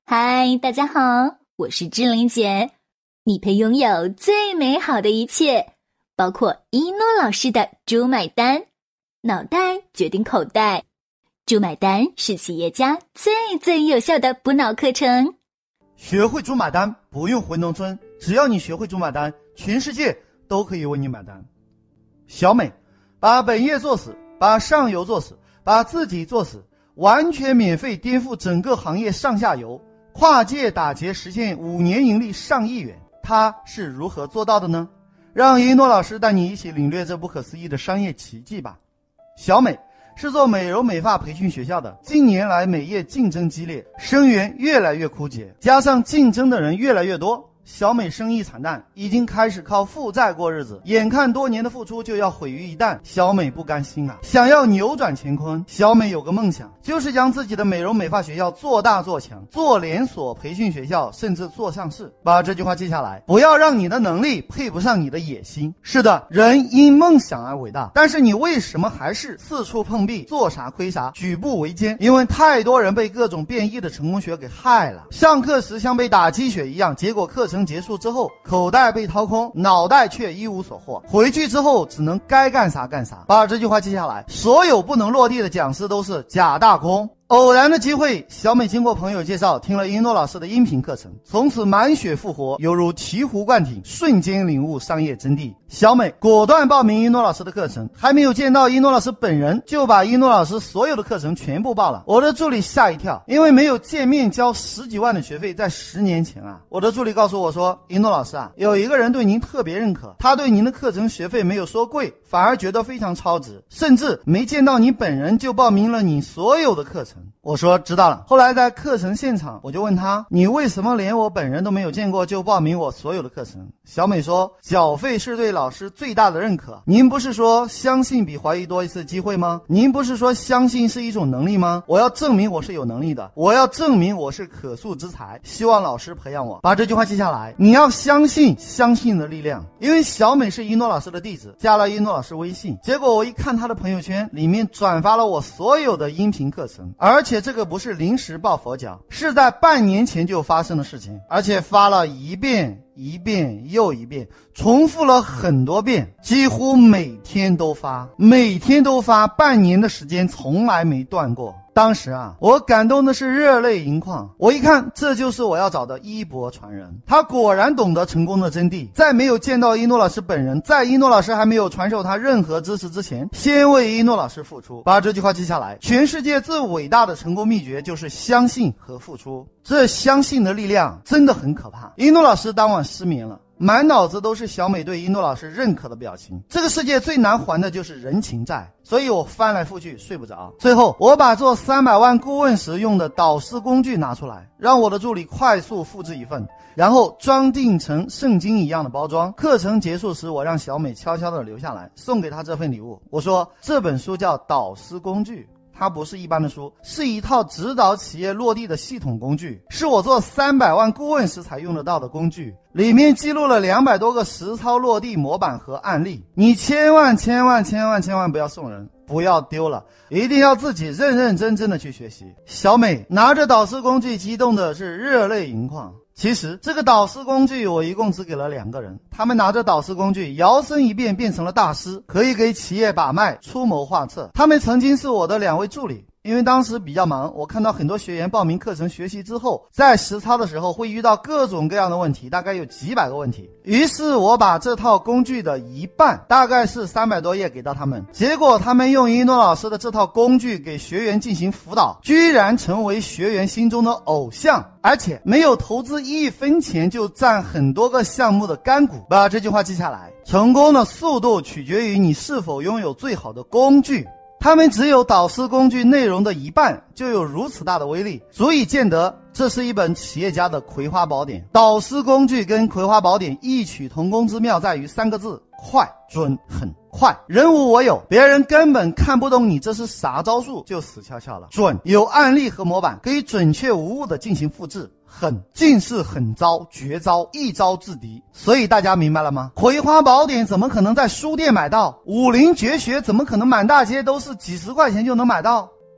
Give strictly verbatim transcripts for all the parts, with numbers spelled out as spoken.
嗨，大家好，我是志玲姐。你配拥有最美好的一切，包括一诺老师的猪买单。脑袋决定口袋，猪买单是企业家最最有效的补脑课程。 学会猪买单，不用回农村，只要你学会猪买单，全世界都可以为你买单。小美把本业做死，把上游做死，把自己做死，完全免费颠覆整个行业上下游，跨界打劫实现五年盈利上亿元，他是如何做到的呢？让一诺老师带你一起领略这不可思议的商业奇迹吧。小美是做美容美发培训学校的，近年来美业竞争激烈，生源越来越枯竭，加上竞争的人越来越多，小美生意惨淡，已经开始靠负债过日子，眼看多年的付出就要毁于一旦，小美不甘心啊，想要扭转乾坤。小美有个梦想，就是将自己的美容美发学校做大做强，做连锁培训学校，甚至做上市。把这句话记下来，不要让你的能力配不上你的野心。是的，人因梦想而伟大，但是你为什么还是四处碰壁，做啥亏啥，举步维艰？因为太多人被各种变异的成功学给害了，上课时像被打鸡血一样，结果课程结束之后，口袋被掏空，脑袋却一无所获，回去之后只能该干啥干啥。把这句话记下来，所有不能落地的讲师都是假大空。偶然的机会，小美经过朋友介绍听了一诺老师的音频课程，从此满血复活，犹如醍醐灌顶，瞬间领悟商业真谛。小美果断报名一诺老师的课程，还没有见到一诺老师本人，就把一诺老师所有的课程全部报了。我的助理吓一跳，因为没有见面交十几万的学费，在十年前啊，我的助理告诉我说，一诺老师啊，有一个人对您特别认可，他对您的课程学费没有说贵，反而觉得非常超值，甚至没见到你本人就报名了你所有的课程。我说知道了。后来在课程现场，我就问他，你为什么连我本人都没有见过就报名我所有的课程？小美说，缴费是对老师最大的认可。您不是说相信比怀疑多一次机会吗？您不是说相信是一种能力吗？我要证明我是有能力的，我要证明我是可塑之才，希望老师培养我。把这句话记下来，你要相信相信的力量。因为小美是一诺老师的弟子，加了一诺老师微信，结果我一看他的朋友圈，里面转发了我所有的音频课程，而且这个不是临时抱佛脚，是在半年前就发生的事情，而且发了一遍一遍又一遍，重复了很多遍，几乎每天都发，每天都发，半年的时间从来没断过。当时啊，我感动的是热泪盈眶。我一看，这就是我要找的衣钵传人，他果然懂得成功的真谛。在没有见到一诺老师本人，在一诺老师还没有传授他任何知识之前，先为一诺老师付出。把这句话记下来，全世界最伟大的成功秘诀就是相信和付出。这相信的力量真的很可怕。一诺老师当晚失眠了，满脑子都是小美对一诺老师认可的表情。这个世界最难还的就是人情债，所以我翻来覆去睡不着。最后我把做三百万顾问时用的导师工具拿出来，让我的助理快速复制一份，然后装订成圣经一样的包装。课程结束时，我让小美悄悄地留下来，送给她这份礼物。我说，这本书叫导师工具，它不是一般的书，是一套指导企业落地的系统工具，是我做三百万顾问时才用得到的工具，里面记录了两百多个实操落地模板和案例。你千万千万千万千万不要送人，不要丢了，一定要自己认认真真的去学习。小美拿着导师工具激动的是热泪盈眶。其实这个导师工具我一共只给了两个人，他们拿着导师工具摇身一变变成了大师，可以给企业把脉出谋划策。他们曾经是我的两位助理，因为当时比较忙，我看到很多学员报名课程学习之后，在实操的时候会遇到各种各样的问题，大概有几百个问题。于是我把这套工具的一半，大概是三百多页给到他们，结果他们用一诺老师的这套工具给学员进行辅导，居然成为学员心中的偶像，而且没有投资一分钱就占很多个项目的干股。把这句话记下来，成功的速度取决于你是否拥有最好的工具。他们只有导师工具内容的一半，就有如此大的威力，足以见得这是一本企业家的葵花宝典。导师工具跟葵花宝典异曲同工之妙在于三个字：快、准、狠。快，人无我有，别人根本看不懂你这是啥招数，就死翘翘了。准，有案例和模板，可以准确无误的进行复制。狠，尽是狠招绝招，一招制敌。所以大家明白了吗？葵花宝典怎么可能在书店买到？武林绝学怎么可能满大街都是几十块钱就能买到？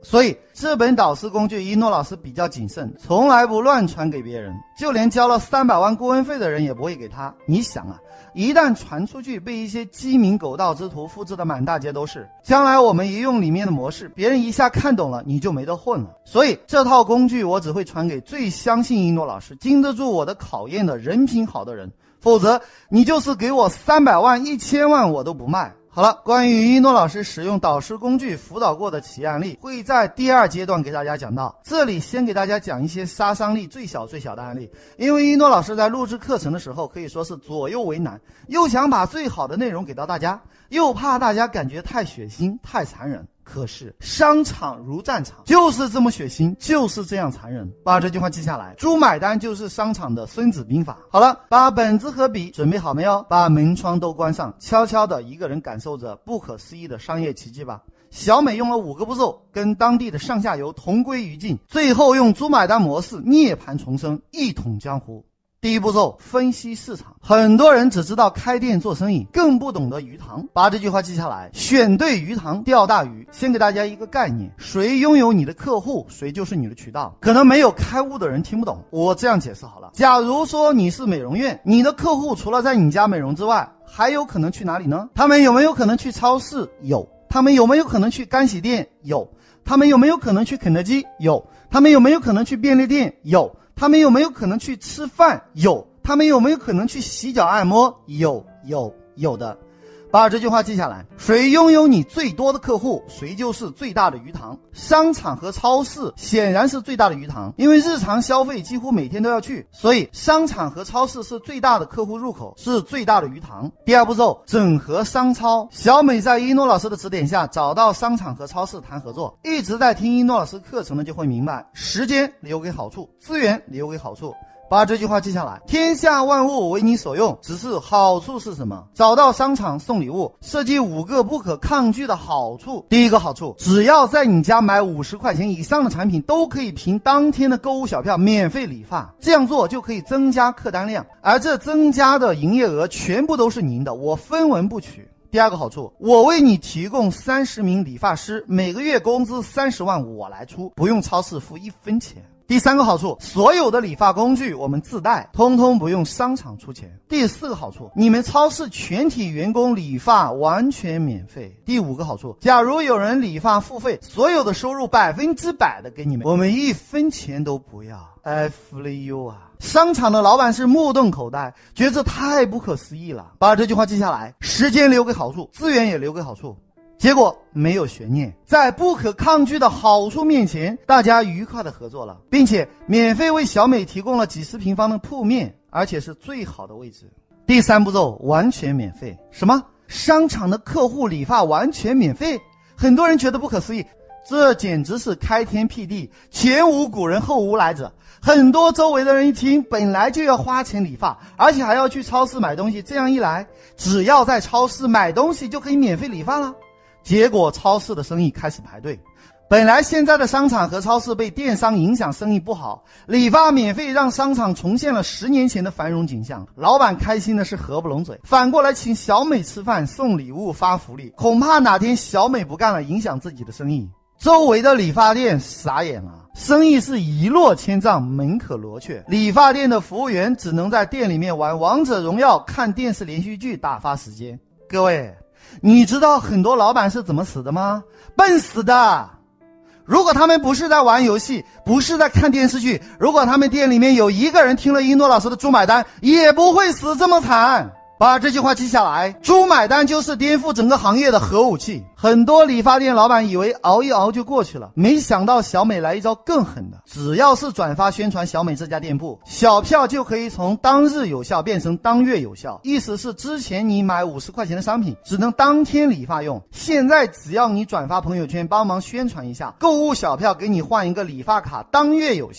所以这本导师工具一诺老师比较谨慎，从来不乱传给别人，就连交了三百万顾问费的人也不会给他。你想啊，一旦传出去，被一些鸡鸣狗盗之徒复制的满大街都是，将来我们一用里面的模式，别人一下看懂了，你就没得混了。所以这套工具我只会传给最相信一诺老师、经得住我的考验的人品好的人，否则你就是给我三百万一千万我都不卖。好了，关于一诺老师使用导师工具辅导过的企业案例，会在第二阶段给大家讲到。这里先给大家讲一些杀伤力最小最小的案例，因为一诺老师在录制课程的时候可以说是左右为难，又想把最好的内容给到大家，又怕大家感觉太血腥太残忍。可是商场如战场，就是这么血腥，就是这样残忍。把这句话记下来，猪买单就是商场的孙子兵法。好了，把本子和笔准备好没有？把门窗都关上，悄悄的一个人感受着不可思议的商业奇迹吧。小美用了五个步骤跟当地的上下游同归于尽，最后用猪买单模式涅槃重生，一统江湖。第一步骤，分析市场。很多人只知道开店做生意，更不懂得鱼塘。把这句话记下来，选对鱼塘钓大鱼。先给大家一个概念，谁拥有你的客户，谁就是你的渠道。可能没有开悟的人听不懂，我这样解释好了。假如说你是美容院，你的客户除了在你家美容之外，还有可能去哪里呢？他们有没有可能去超市？有。他们有没有可能去干洗店？有。他们有没有可能去肯德基？有。他们有没有可能去便利店？有。他们有没有可能去吃饭？有。他们有没有可能去洗脚按摩？有有有的。把这句话记下来，谁拥有你最多的客户，谁就是最大的鱼塘。商场和超市显然是最大的鱼塘，因为日常消费几乎每天都要去，所以商场和超市是最大的客户入口，是最大的鱼塘。第二步骤，整合商超。小美在一诺老师的指点下找到商场和超市谈合作，一直在听一诺老师课程的就会明白，时间留给好处，资源留给好处。把这句话记下来，天下万物为你所用，只是好处是什么？找到商场送礼物，设计五个不可抗拒的好处。第一个好处，只要在你家买五十块钱以上的产品，都可以凭当天的购物小票免费理发。这样做就可以增加客单量，而这增加的营业额全部都是您的，我分文不取。第二个好处，我为你提供三十名理发师，每个月工资三十万我来出，不用超市付一分钱。第三个好处，所有的理发工具我们自带，通通不用商场出钱。第四个好处，你们超市全体员工理发完全免费。第五个好处，假如有人理发付费，所有的收入百分之百的给你们，我们一分钱都不要。F L U 啊！商场的老板是目瞪口呆，觉得这太不可思议了。把这句话记下来，时间留给好处，资源也留给好处。结果没有悬念，在不可抗拒的好处面前，大家愉快的合作了，并且免费为小美提供了几十平方的铺面，而且是最好的位置。第三步骤，完全免费。什么？商场的客户理发完全免费？很多人觉得不可思议，这简直是开天辟地，前无古人后无来者。很多周围的人一听，本来就要花钱理发，而且还要去超市买东西，这样一来，只要在超市买东西就可以免费理发了。结果超市的生意开始排队。本来现在的商场和超市被电商影响，生意不好，理发免费让商场重现了十年前的繁荣景象，老板开心的是合不拢嘴。反过来请小美吃饭送礼物发福利，恐怕哪天小美不干了，影响自己的生意。周围的理发店傻眼了，生意是一落千丈，门可罗雀。理发店的服务员只能在店里面玩王者荣耀，看电视连续剧打发时间。各位，你知道很多老板是怎么死的吗？笨死的。如果他们不是在玩游戏，不是在看电视剧，如果他们店里面有一个人听了一诺老师的猪买单，也不会死这么惨。把这句话记下来，猪买单就是颠覆整个行业的核武器。很多理发店老板以为熬一熬就过去了，没想到小美来一招更狠的，只要是转发宣传小美这家店铺，小票就可以从当日有效变成当月有效。意思是之前你买五十块钱的商品只能当天理发用，现在只要你转发朋友圈帮忙宣传一下，购物小票给你换一个理发卡，当月有效。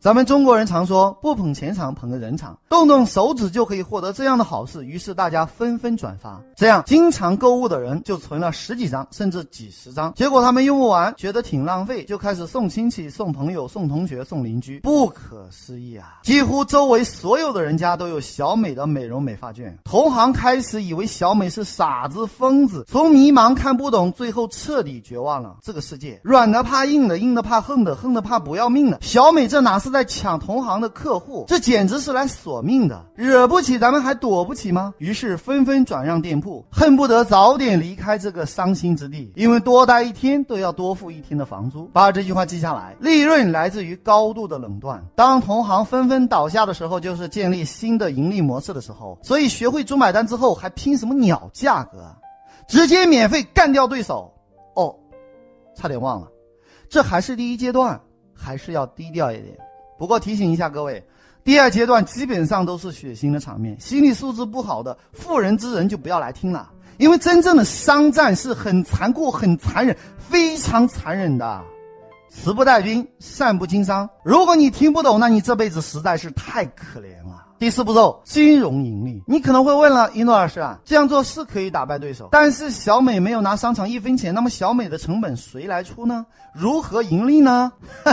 咱们中国人常说不捧钱场捧个人场，动动手指就可以获得这样的好事，于是大家纷纷转发，这样经常购物的人就存了十几张甚至几十张，结果他们用不完觉得挺浪费，就开始送亲戚送朋友送同学送邻居，不可思议啊！几乎周围所有的人家都有小美的美容美发券，同行开始以为小美是傻子疯子，从迷茫看不懂最后彻底绝望了。这个世界软的怕硬的，硬的怕横的，横的怕不要命的，小美这哪是在抢同行的客户，这简直是来索命的，惹不起咱们还躲不起吗？于是纷纷转让店铺，恨不得早点离开这个伤心之地，因为多待一天都要多付一天的房租。把这句话记下来，利润来自于高度的垄断，当同行纷纷倒下的时候，就是建立新的盈利模式的时候。所以学会主买单之后还拼什么鸟价格，直接免费干掉对手。哦，差点忘了，这还是第一阶段，还是要低调一点。不过提醒一下各位，第二阶段基本上都是血腥的场面，心理素质不好的妇人之仁就不要来听了，因为真正的商战是很残酷很残忍，非常残忍的。词不带君，善不经商，如果你听不懂，那你这辈子实在是太可怜了。第四步骤，金融盈利。你可能会问了，一诺老师啊，这样做是可以打败对手，但是小美没有拿商场一分钱，那么小美的成本谁来出呢？如何盈利呢？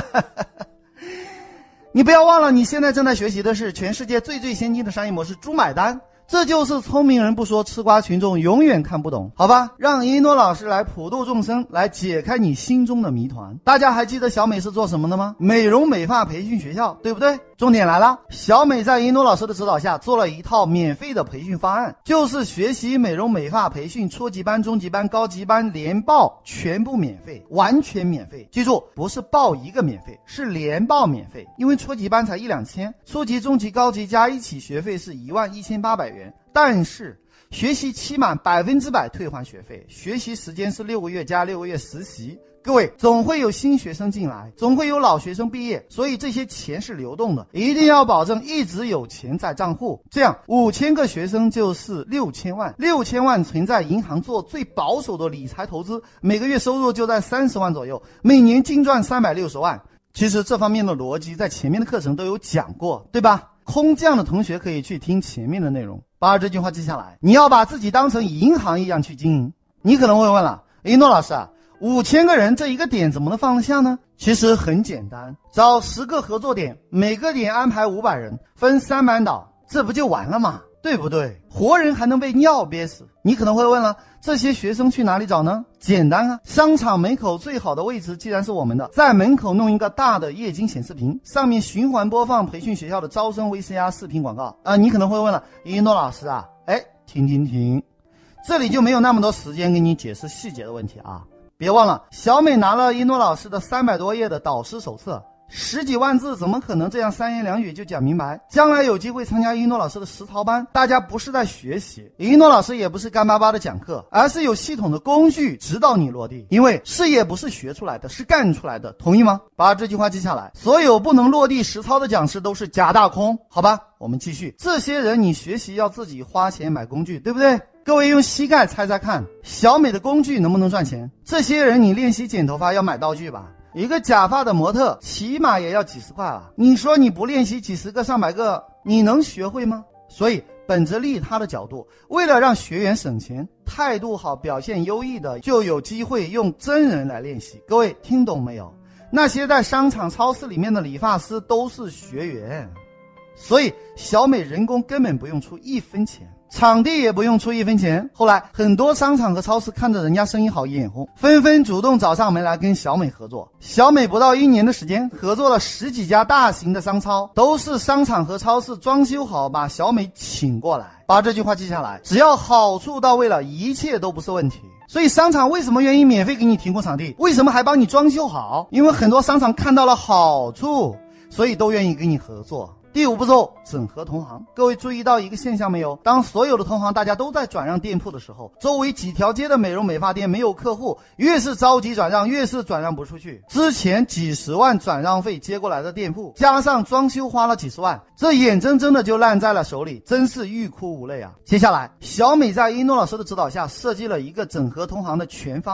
你不要忘了，你现在正在学习的是全世界最最先进的商业模式——猪买单。这就是聪明人不说，吃瓜群众永远看不懂。好吧，让一诺老师来普度众生，来解开你心中的谜团。大家还记得小美是做什么的吗？美容美发培训学校，对不对？重点来了，小美在一诺老师的指导下做了一套免费的培训方案，就是学习美容美发培训初级班、中级班、高级班连报，全部免费，完全免费。记住，不是报一个免费，是连报免费，因为初级班才一两千，初级、中级、高级加一起学费是一万一千八百元。但是学习期满百分之百退还学费，学习时间是六个月加六个月实习。各位，总会有新学生进来，总会有老学生毕业，所以这些钱是流动的，一定要保证一直有钱在账户。这样五千个学生就是六千万，六千万存在银行做最保守的理财投资，每个月收入就在三十万左右，每年净赚三百六十万。其实这方面的逻辑在前面的课程都有讲过，对吧？空降的同学可以去听前面的内容，把这句话记下来。你要把自己当成银行一样去经营。你可能会问了，一诺老师啊，五千个人这一个点怎么能放得下呢？其实很简单，找十个合作点，每个点安排五百人，分三班倒，这不就完了吗？对不对？活人还能被尿憋死。你可能会问了，这些学生去哪里找呢？简单啊，商场门口最好的位置既然是我们的，在门口弄一个大的液晶显示屏，上面循环播放培训学校的招生 V C R 视频广告啊。你可能会问了，一诺老师啊，哎，停停停，这里就没有那么多时间给你解释细节的问题啊。别忘了，小美拿了一诺老师的三百多页的导师手册，十几万字，怎么可能这样三言两语就讲明白？将来有机会参加一诺老师的实操班，大家不是在学习，一诺老师也不是干巴巴的讲课，而是有系统的工具指导你落地。因为事业不是学出来的，是干出来的，同意吗？把这句话记下来。所有不能落地实操的讲师都是假大空，好吧？我们继续。这些人你学习要自己花钱买工具，对不对？各位用膝盖猜猜看，小美的工具能不能赚钱？这些人你练习剪头发要买道具吧？一个假发的模特起码也要几十块吧，你说你不练习几十个上百个，你能学会吗？所以本着利他的角度，为了让学员省钱，态度好表现优异的就有机会用真人来练习。各位听懂没有？那些在商场超市里面的理发师都是学员，所以小美人工根本不用出一分钱，场地也不用出一分钱。后来很多商场和超市看着人家生意好眼红，纷纷主动找上门来跟小美合作。小美不到一年的时间，合作了十几家大型的商超，都是商场和超市装修好把小美请过来。把这句话记下来，只要好处到位了，一切都不是问题。所以商场为什么愿意免费给你提供场地？为什么还帮你装修好？因为很多商场看到了好处，所以都愿意跟你合作。第五步骤，整合同行。各位注意到一个现象没有？当所有的同行大家都在转让店铺的时候，周围几条街的美容美发店没有客户，越是着急转让，越是转让不出去。之前几十万转让费接过来的店铺，加上装修花了几十万，这眼睁睁的就烂在了手里，真是欲哭无泪啊！接下来，小美在一诺老师的指导下设计了一个整合同行的全方案。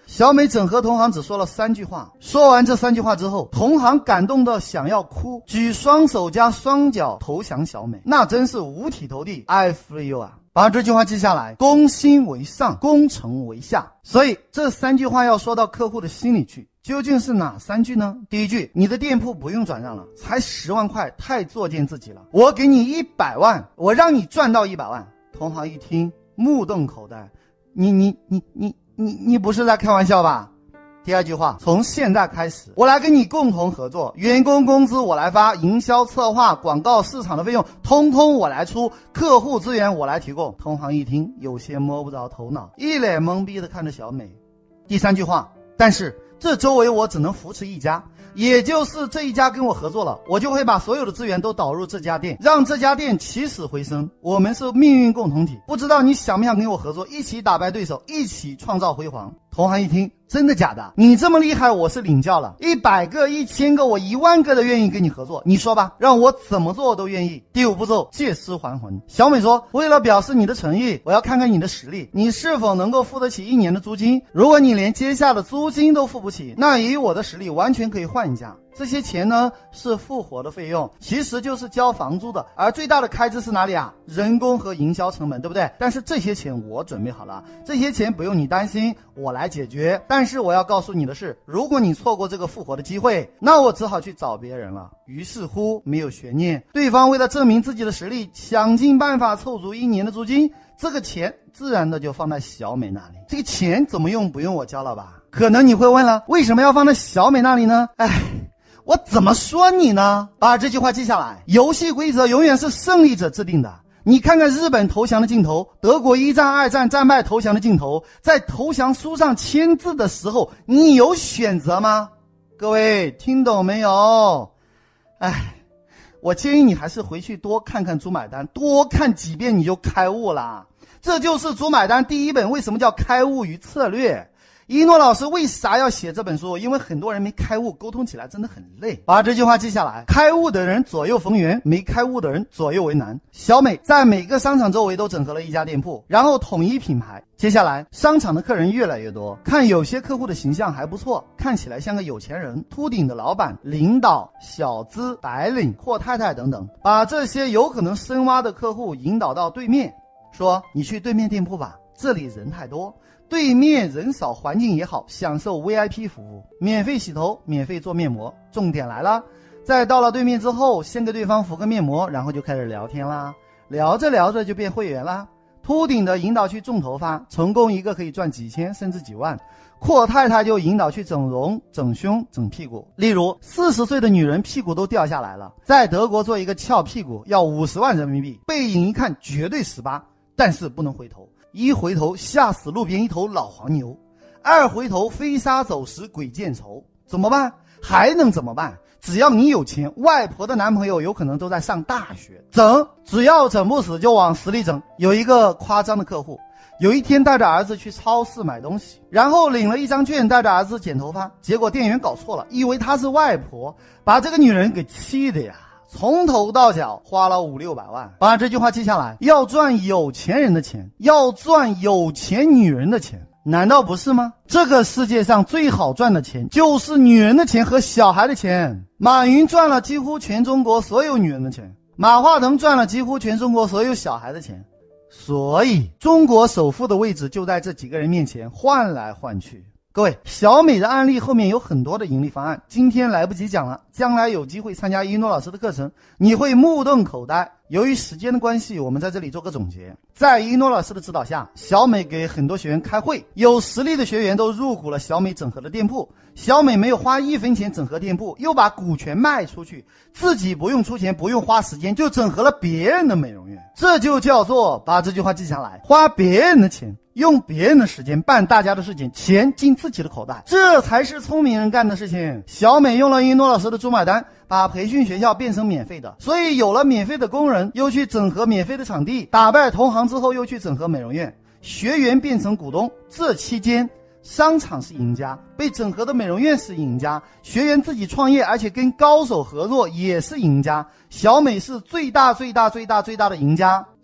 小美整合同行只说了三句话，说完这三句话之后，同行感动到想要哭，举双手加双脚投降小美，那真是五体投地 I feel you 啊。把这句话记下来，攻心为上，攻城为下。所以这三句话要说到客户的心里去，究竟是哪三句呢？第一句，你的店铺不用转让了，才十万块，太作践自己了，我给你一百万，我让你赚到一百万。同行一听目瞪口呆，你你你你你你不是在开玩笑吧？第二句话，从现在开始，我来跟你共同合作，员工工资我来发，营销策划、广告市场的费用通通我来出，客户资源我来提供。同行一听有些摸不着头脑，一脸懵逼的看着小美。第三句话，但是这周围我只能扶持一家，也就是这一家跟我合作了，我就会把所有的资源都导入这家店，让这家店起死回生。我们是命运共同体，不知道你想不想跟我合作，一起打败对手，一起创造辉煌。同行一听，真的假的？你这么厉害，我是领教了，一百个、一千个，我一万个的愿意跟你合作，你说吧，让我怎么做我都愿意。第五步骤，借尸还魂。小美说，为了表示你的诚意，我要看看你的实力，你是否能够付得起一年的租金。如果你连接下的租金都付不起，那以我的实力完全可以换一家。这些钱呢是复活的费用，其实就是交房租的，而最大的开支是哪里啊？人工和营销成本，对不对？但是这些钱我准备好了，这些钱不用你担心，我来解决。但是我要告诉你的是，如果你错过这个复活的机会，那我只好去找别人了。于是乎没有悬念，对方为了证明自己的实力，想尽办法凑足一年的租金，这个钱自然的就放在小美那里。这个钱怎么用不用我交了吧？可能你会问了，为什么要放在小美那里呢？哎，我怎么说你呢？把这句话记下来，游戏规则永远是胜利者制定的。你看看日本投降的镜头，德国一战二战战败投降的镜头，在投降书上签字的时候，你有选择吗？各位听懂没有？哎，我建议你还是回去多看看猪买单，多看几遍你就开悟了。这就是猪买单第一本为什么叫开悟与策略。一诺老师为啥要写这本书？因为很多人没开悟，沟通起来真的很累。把这句话记下来，开悟的人左右逢源，没开悟的人左右为难。小美在每个商场周围都整合了一家店铺，然后统一品牌。接下来商场的客人越来越多，看有些客户的形象还不错，看起来像个有钱人，秃顶的老板、领导、小资、白领、阔太太等等，把这些有可能深挖的客户引导到对面，说你去对面店铺吧，这里人太多，对面人少，环境也好，享受 V I P 服务，免费洗头，免费做面膜。重点来了，在到了对面之后，先给对方敷个面膜，然后就开始聊天啦，聊着聊着就变会员啦。秃顶的引导去种头发，成功一个可以赚几千甚至几万。阔太太就引导去整容、整胸、整屁股。例如四十岁的女人屁股都掉下来了，在德国做一个翘屁股要五十万人民币，背影一看绝对十八，但是不能回头，一回头吓死路边一头老黄牛，二回头飞沙走石鬼见愁。怎么办？还能怎么办？只要你有钱，外婆的男朋友有可能都在上大学，整只要整不死就往死里整。有一个夸张的客户，有一天带着儿子去超市买东西，然后领了一张券带着儿子剪头发，结果店员搞错了，以为她是外婆，把这个女人给气的呀，从头到脚花了五六百万。把这句话记下来，要赚有钱人的钱，要赚有钱女人的钱，难道不是吗？这个世界上最好赚的钱就是女人的钱和小孩的钱。马云赚了几乎全中国所有女人的钱，马化腾赚了几乎全中国所有小孩的钱。所以中国首富的位置就在这几个人面前换来换去。各位，小美的案例后面有很多的盈利方案，今天来不及讲了，将来有机会参加一诺老师的课程，你会目瞪口呆。由于时间的关系，我们在这里做个总结。在一诺老师的指导下，小美给很多学员开会，有实力的学员都入股了小美整合的店铺。小美没有花一分钱整合店铺，又把股权卖出去，自己不用出钱，不用花时间，就整合了别人的美容院。这就叫做，把这句话记下来，花别人的钱，用别人的时间办大家的事情，钱进自己的口袋，这才是聪明人干的事情。小美用了一诺老师的猪买单，把培训学校变成免费的，所以有了免费的工人，又去整合免费的场地，打败同行之后又去整合美容院，学员变成股东。这期间商场是赢家，被整合的美容院是赢家，学员自己创业而且跟高手合作也是赢家，小美是最大最大最大最大的赢家。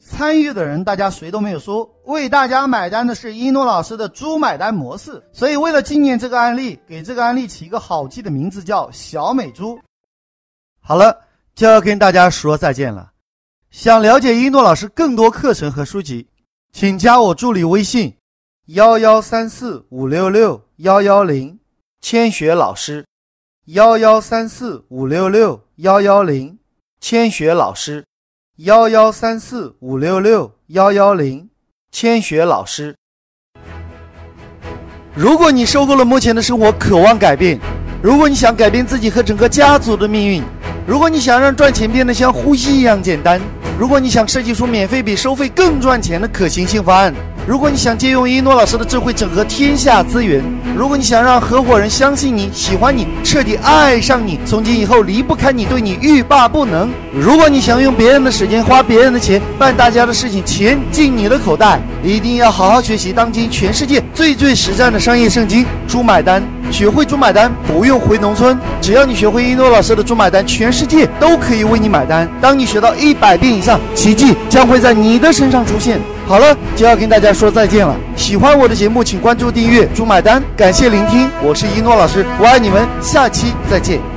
参与的人大家谁都没有说，为大家买单的是一诺老师的猪买单模式。所以为了纪念这个案例，给这个案例起一个好记的名字，叫小美猪。好了，就要跟大家说再见了。想了解一诺老师更多课程和书籍，请加我助理微信幺幺三四五六六幺幺零，千雪老师幺幺三四五六六幺幺零，千雪老师幺幺三四五六六幺幺零，千雪老师。如果你受够了目前的生活，渴望改变，如果你想改变自己和整个家族的命运，如果你想让赚钱变得像呼吸一样简单，如果你想设计出免费比收费更赚钱的可行性方案，如果你想借用一诺老师的智慧整合天下资源，如果你想让合伙人相信你、喜欢你、彻底爱上你，从今以后离不开你，对你欲罢不能，如果你想用别人的时间花别人的钱办大家的事情，钱进你的口袋，一定要好好学习当今全世界最最实战的商业圣经猪买单。学会猪买单不用回农村，只要你学会一诺老师的猪买单，全世界都可以为你买单。当你学到一百遍以上，奇迹将会在你的身上出现。好了，就要跟大家说再见了。喜欢我的节目请关注订阅猪买单，感谢聆听，我是一诺老师，我爱你们，下期再见。